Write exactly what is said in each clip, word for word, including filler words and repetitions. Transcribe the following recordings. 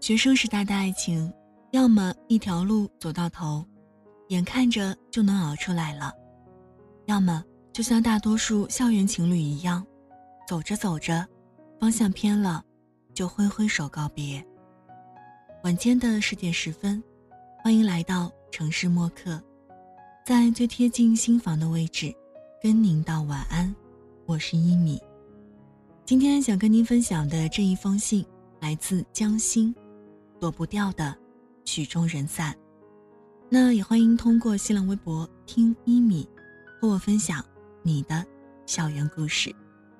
学生时代的爱情，要么一条路走到头，眼看着就能熬出来了，要么就像大多数校园情侣一样，走着走着方向偏了，就挥挥手告别。晚间的十点十分，欢迎来到城市默客，在最贴近心房的位置跟您道晚安，我是一米。今天想跟您分享的这一封信来自江心，躲不掉的曲终人散。那也欢迎通过新浪微博听一米和我分享你的校园故事。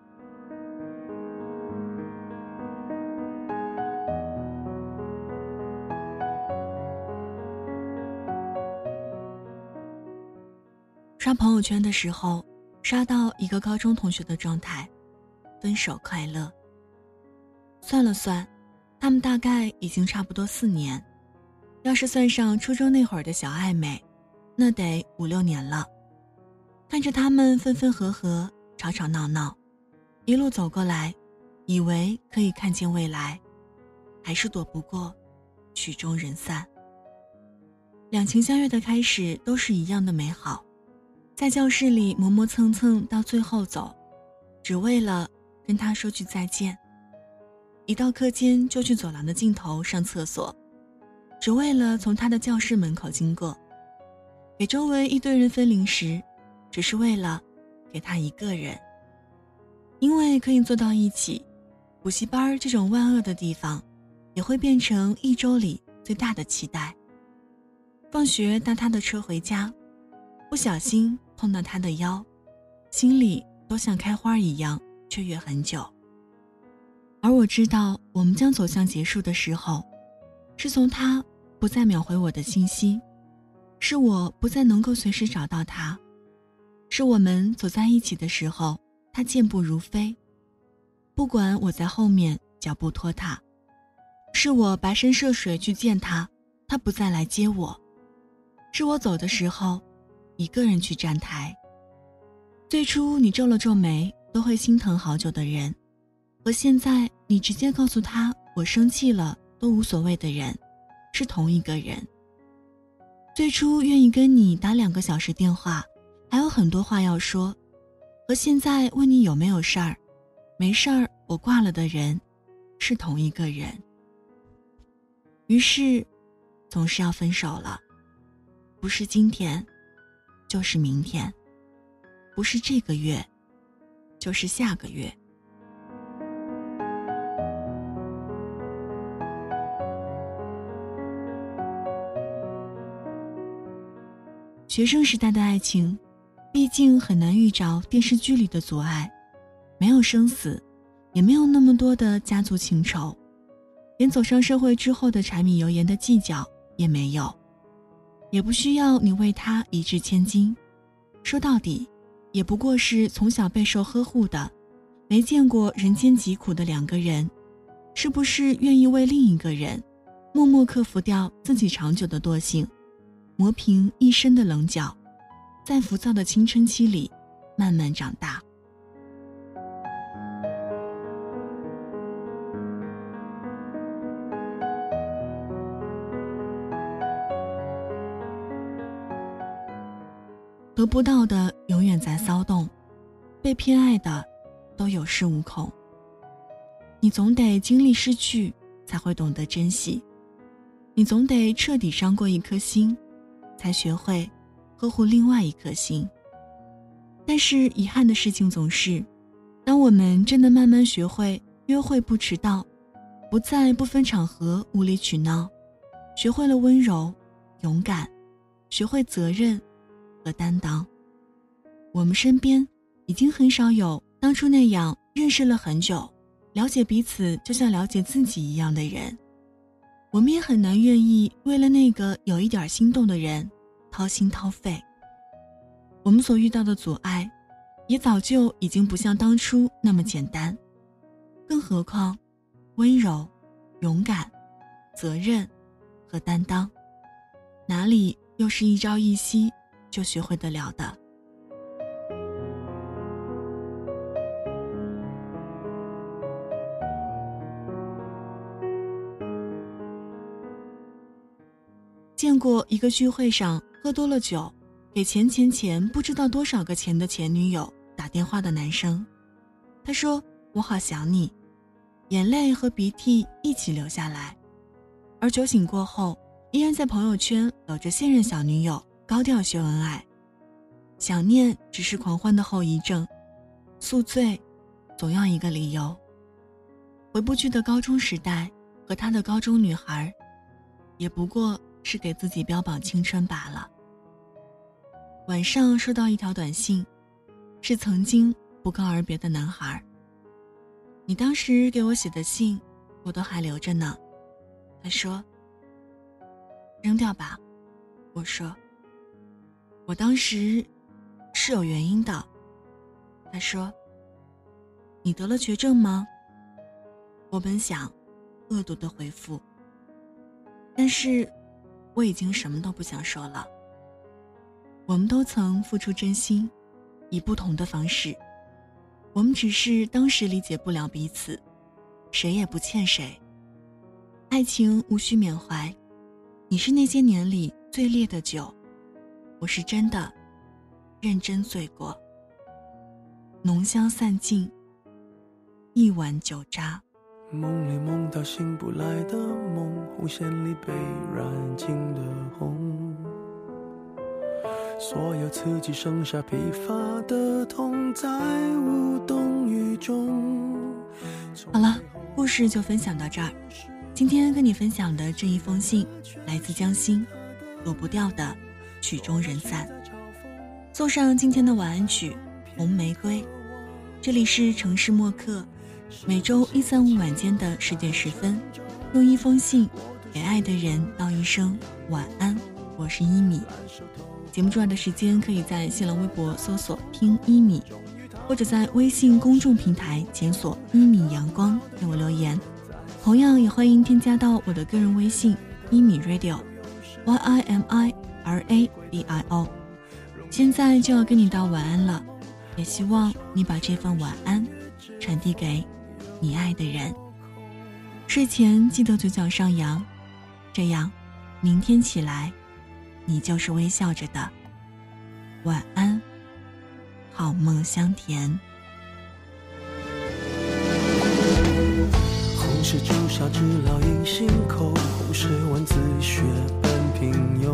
刷朋友圈的时候，刷到一个高中同学的状态，分手快乐。算了算，他们大概已经差不多四年，要是算上初中那会儿的小暧昧，那得五六年了。看着他们分分合合，吵吵闹闹，一路走过来，以为可以看见未来，还是躲不过曲终人散。两情相悦的开始都是一样的美好，在教室里磨磨蹭蹭到最后走，只为了跟他说句再见。一到课间就去走廊的尽头上厕所，只为了从他的教室门口经过。给周围一堆人分零食，只是为了给他一个人。因为可以坐到一起，补习班这种万恶的地方也会变成一周里最大的期待。放学搭他的车回家，不小心碰到他的腰，心里都像开花一样雀跃很久。而我知道我们将走向结束的时候，是从他不再秒回我的信息，是我不再能够随时找到他，是我们走在一起的时候他健步如飞，不管我在后面脚步拖沓，是我跋山涉水去见他，他不再来接我，是我走的时候一个人去站台。最初你皱了皱眉都会心疼好久的人，和现在你直接告诉他我生气了都无所谓的人，是同一个人。最初愿意跟你打两个小时电话，还有很多话要说，和现在问你有没有事儿，没事儿我挂了的人，是同一个人。于是总是要分手了，不是今天就是明天，不是这个月就是下个月。学生时代的爱情毕竟很难遇着电视剧里的阻碍，没有生死，也没有那么多的家族情仇，连走上社会之后的柴米油盐的计较也没有，也不需要你为他一掷千金。说到底，也不过是从小备受呵护的，没见过人间疾苦的两个人，是不是愿意为另一个人默默克服掉自己长久的惰性，磨平一身的棱角，在浮躁的青春期里慢慢长大。得不到的永远在骚动，被偏爱的都有恃无恐。你总得经历失去，才会懂得珍惜。你总得彻底伤过一颗心，才学会呵护另外一颗心。但是遗憾的事情总是，当我们真的慢慢学会约会不迟到，不再不分场合无理取闹，学会了温柔勇敢，学会责任和担当，我们身边已经很少有当初那样认识了很久，了解彼此就像了解自己一样的人。我们也很难愿意为了那个有一点心动的人掏心掏肺。我们所遇到的阻碍也早就已经不像当初那么简单，更何况温柔勇敢责任和担当，哪里又是一朝一夕就学会得了的。 见过一个聚会上喝多了酒，给前前前不知道多少个钱的前女友打电话的男生。他说我好想你，眼泪和鼻涕一起流下来，而酒醒过后依然在朋友圈搂着现任小女友高调秀恩爱。想念只是狂欢的后遗症，宿醉总要一个理由。回不去的高中时代和他的高中女孩，也不过是给自己标榜青春罢了。晚上收到一条短信，是曾经不告而别的男孩。你当时给我写的信我都还留着呢。他说扔掉吧。我说我当时是有原因的。他说你得了绝症吗？我本想恶毒的回复，但是我已经什么都不想说了。我们都曾付出真心，以不同的方式，我们只是当时理解不了彼此，谁也不欠谁。爱情无需缅怀，你是那些年里最烈的酒，我是真的认真醉过。浓香散尽，一碗酒渣。 梦里梦到醒不来的梦，红线里被染尽的红，所有刺激剩下疲乏的痛，在无动于衷。 好了，故事就分享到这儿。今天跟你分享的这一封信来自江心，躲不掉的曲终人散。送上今天的晚安曲《红玫瑰》。这里是城市默客，每周一三五晚间的十点十分，用一封信给爱的人道一声晚安。我是一米。节目之外的时间，可以在新浪微博搜索听一米，或者在微信公众平台检索一米阳光给我留言。同样也欢迎添加到我的个人微信一米 radio Y I M I R A D I O。 现在就要跟你道晚安了，也希望你把这份晚安传递给你爱的人。睡前记得嘴角上扬，这样明天起来你就是微笑着的。晚安，好梦香甜。 红是朱砂痣烙印心口，红是万字血般平庸，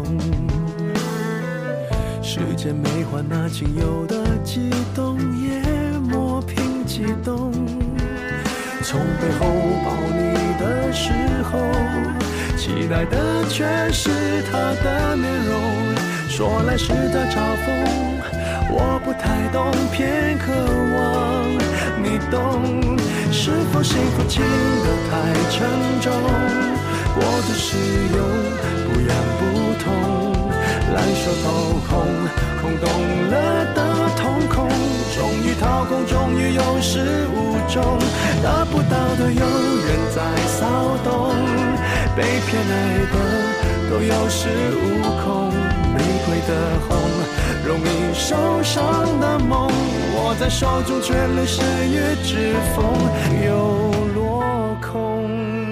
时间美化那仅有的悸动，也磨平激动。从背后抱你的时候，期待的却是他的面容，说来是在嘲讽，我不太懂，偏渴望你懂。是否幸福轻得太沉重，过度使用不痒不痛，烂熟透空，空洞了的瞳孔，终于掏空，终于有始无终，得不到的永远在骚动，被偏爱的都有恃无恐，玫瑰的红，容易受伤的梦，握在手中却流失于指缝，又落空。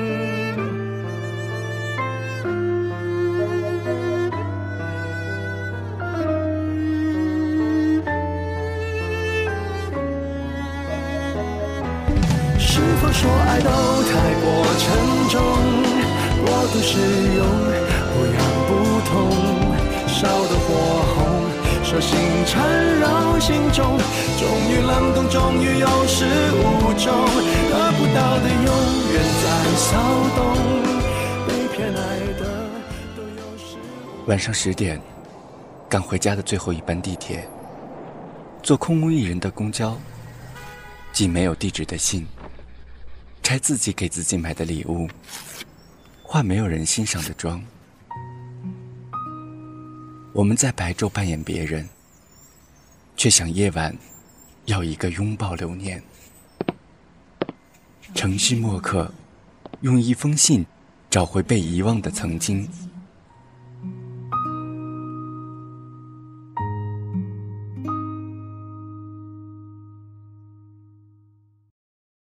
是否说爱都太过沉重，过度使用不痒不痛，烧得火红，手心缠绕心中，终于冷冻，终于有始无终，得不到的永远在骚动，被偏爱的都有始无终。 晚上十点，赶回家的最后一班地铁，坐空无一人的公交，寄没有地址的信，拆自己给自己买的礼物，化没有人欣赏的妆。我们在白昼扮演别人，却想夜晚要一个拥抱留念。城市默客，用一封信找回被遗忘的曾经。